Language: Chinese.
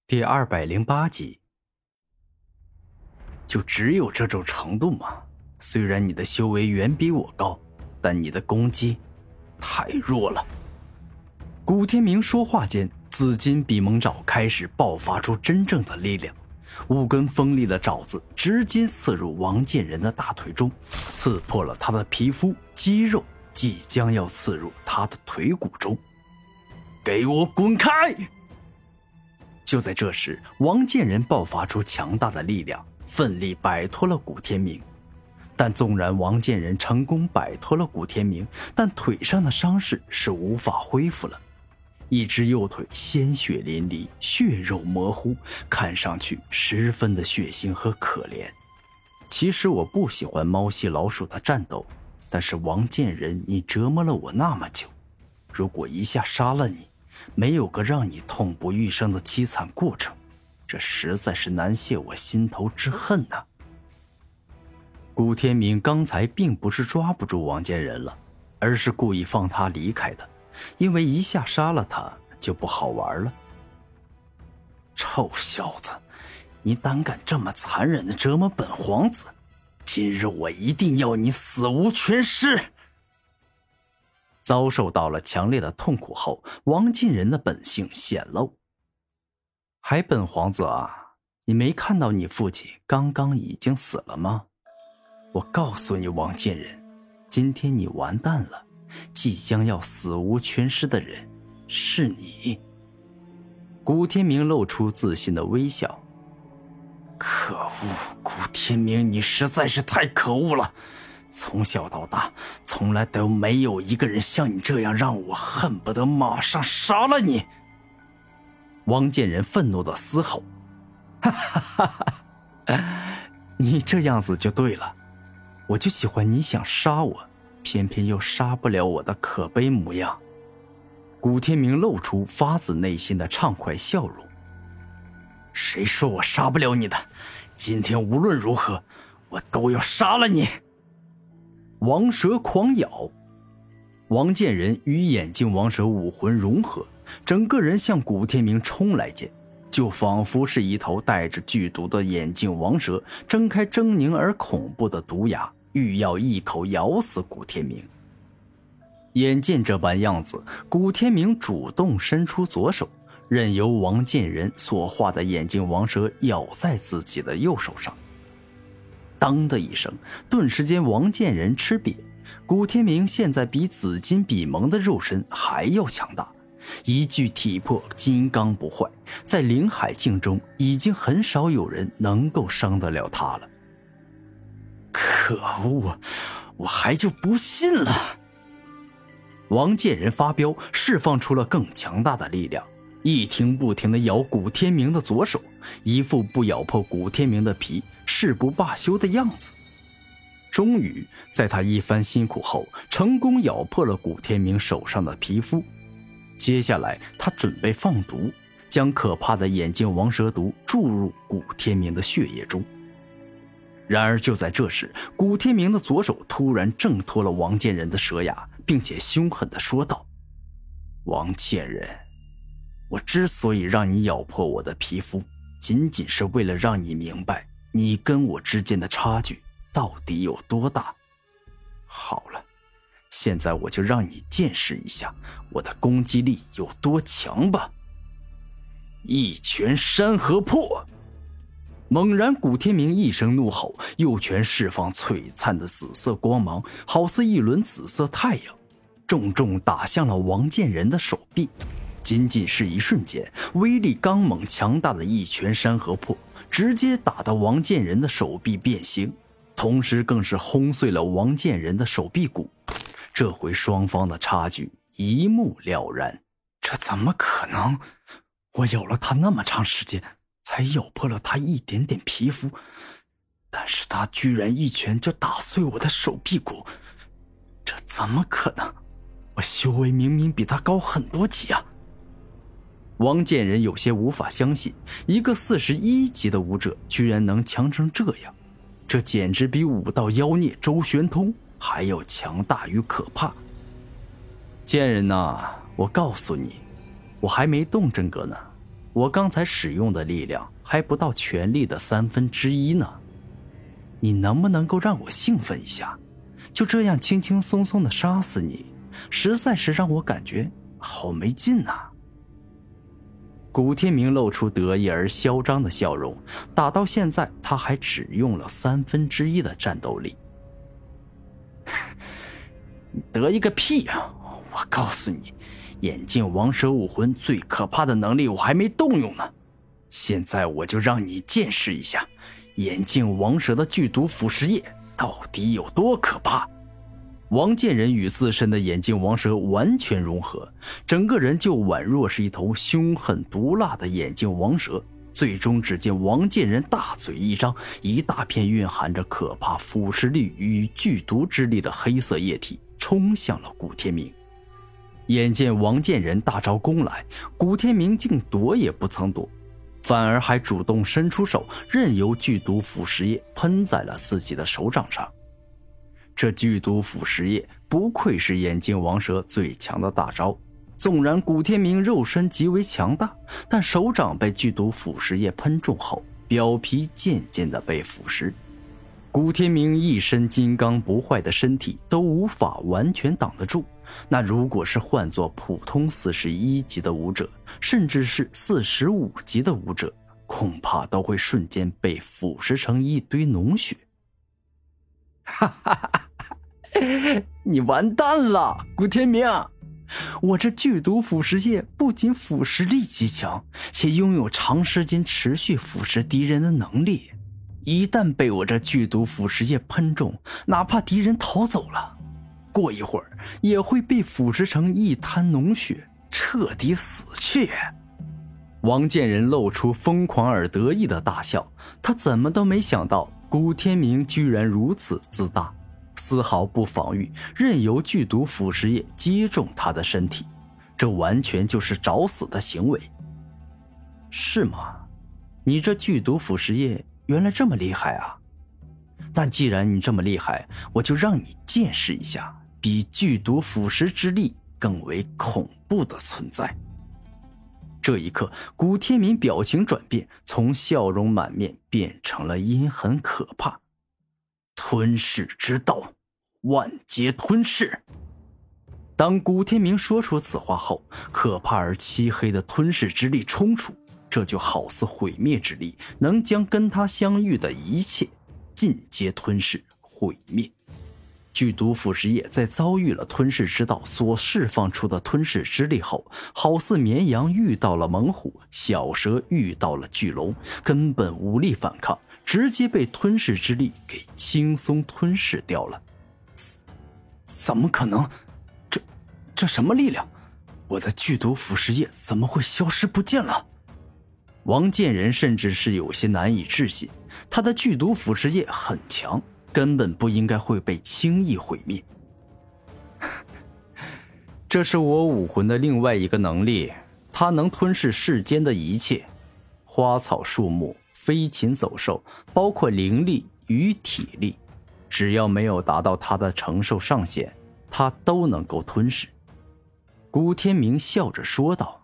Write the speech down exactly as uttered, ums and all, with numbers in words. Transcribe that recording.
第二百零八集。就只有这种程度吗？虽然你的修为远比我高，但你的攻击太弱了。古天明说话间，紫金比蒙爪开始爆发出真正的力量，五根锋利的爪子直接刺入王建仁的大腿中，刺破了他的皮肤肌肉，即将要刺入他的腿骨中。给我滚开！就在这时，王建仁爆发出强大的力量，奋力摆脱了古天明。但纵然王建仁成功摆脱了古天明，但腿上的伤势是无法恢复了。一只右腿鲜血淋漓，血肉模糊，看上去十分的血腥和可怜。其实我不喜欢猫系老鼠的战斗，但是王建仁，你折磨了我那么久，如果一下杀了你，没有个让你痛不欲生的凄惨过程，这实在是难泄我心头之恨呐、啊。古天明刚才并不是抓不住王建仁了，而是故意放他离开的，因为一下杀了他就不好玩了。臭小子，你胆敢这么残忍地折磨本皇子，今日我一定要你死无全尸！遭受到了强烈的痛苦后，王建仁的本性显露。还本皇子啊，你没看到你父亲刚刚已经死了吗？我告诉你王建仁，今天你完蛋了，即将要死无全尸的人是你。古天明露出自信的微笑。可恶，古天明，你实在是太可恶了！从小到大，从来都没有一个人像你这样让我恨不得马上杀了你！王建仁愤怒地嘶吼：“哈哈哈哈！你这样子就对了，我就喜欢你想杀我，偏偏又杀不了我的可悲模样。”古天明露出发自内心的畅快笑容：“谁说我杀不了你的？今天无论如何，我都要杀了你！”王蛇狂咬，王建仁与眼镜王蛇武魂融合，整个人向古天明冲来间，就仿佛是一头带着剧毒的眼镜王蛇，睁开狰狞而恐怖的毒牙，欲要一口咬死古天明。眼见这般样子，古天明主动伸出左手，任由王建仁所化的眼镜王蛇咬在自己的右手上。当的一声，顿时间王建仁吃瘪。古天明现在比紫金比蒙的肉身还要强大，一具体魄金刚不坏，在灵海境中已经很少有人能够伤得了他了。可恶啊，我还就不信了！王建仁发飙，释放出了更强大的力量，一停不停地咬古天明的左手，一副不咬破古天明的皮誓不罢休的样子。终于在他一番辛苦后，成功咬破了古天明手上的皮肤。接下来他准备放毒，将可怕的眼镜王蛇毒注入古天明的血液中。然而就在这时，古天明的左手突然挣脱了王建仁的蛇牙，并且凶狠地说道：“王建仁，我之所以让你咬破我的皮肤，仅仅是为了让你明白你跟我之间的差距到底有多大。好了，现在我就让你见识一下我的攻击力有多强吧。一拳山河破！”猛然古天明一声怒吼，右拳释放璀璨的紫色光芒，好似一轮紫色太阳，重重打向了王建仁的手臂。仅仅是一瞬间，威力刚猛强大的一拳山河破直接打得王建仁的手臂变形，同时更是轰碎了王建仁的手臂骨。这回双方的差距一目了然。这怎么可能？我咬了他那么长时间，才咬破了他一点点皮肤，但是他居然一拳就打碎我的手臂骨，这怎么可能？我修为明明比他高很多级啊！王建仁有些无法相信，一个四十一级的武者居然能强成这样，这简直比武道妖孽周玄通还要强大与可怕。建仁呐、啊，我告诉你，我还没动真格呢， 我刚才使用的力量还不到全力的三分之一呢。你能不能够让我兴奋一下？就这样轻轻松松的杀死你，实在是让我感觉好没劲啊。古天明露出得意而嚣张的笑容，打到现在他还只用了三分之一的战斗力。你得意个屁啊！我告诉你，眼镜王蛇武魂最可怕的能力我还没动用呢，现在我就让你见识一下眼镜王蛇的剧毒腐蚀液到底有多可怕。王建仁与自身的眼镜王蛇完全融合，整个人就宛若是一头凶狠毒辣的眼镜王蛇。最终只见王建仁大嘴一张，一大片蕴含着可怕腐蚀力与剧毒之力的黑色液体冲向了古天明。眼见王建仁大招攻来，古天明竟躲也不曾躲，反而还主动伸出手，任由剧毒腐蚀液喷在了自己的手掌上。这剧毒腐蚀液不愧是眼镜王蛇最强的大招，纵然古天明肉身极为强大，但手掌被剧毒腐蚀液喷中后，表皮渐渐的被腐蚀。古天明一身金刚不坏的身体都无法完全挡得住，那如果是换作普通四十一级的武者，甚至是四十五级的武者，恐怕都会瞬间被腐蚀成一堆脓血。哈哈哈哈，你完蛋了，古天明！我这剧毒腐蚀液不仅腐蚀力极强，且拥有长时间持续腐蚀敌人的能力。一旦被我这剧毒腐蚀液喷中，哪怕敌人逃走了，过一会儿也会被腐蚀成一滩脓血，彻底死去。王建仁露出疯狂而得意的大笑，他怎么都没想到古天明居然如此自大，丝毫不防御，任由剧毒腐蚀液击中他的身体，这完全就是找死的行为。是吗？你这剧毒腐蚀液原来这么厉害啊！但既然你这么厉害，我就让你见识一下比剧毒腐蚀之力更为恐怖的存在。这一刻，古天明表情转变，从笑容满面变成了阴狠可怕。吞噬之道，万劫吞噬。当古天明说出此话后，可怕而漆黑的吞噬之力冲出，这就好似毁灭之力，能将跟他相遇的一切尽皆吞噬毁灭。剧毒腐蚀液在遭遇了吞噬之道所释放出的吞噬之力后，好似绵羊遇到了猛虎，小蛇遇到了巨龙，根本无力反抗，直接被吞噬之力给轻松吞噬掉了。怎么可能？这这什么力量？我的剧毒腐蚀液怎么会消失不见了？王建仁甚至是有些难以置信，他的剧毒腐蚀液很强，根本不应该会被轻易毁灭。这是我武魂的另外一个能力，它能吞噬世间的一切，花草树木、飞禽走兽，包括灵力与体力，只要没有达到它的承受上限，它都能够吞噬。古天明笑着说道。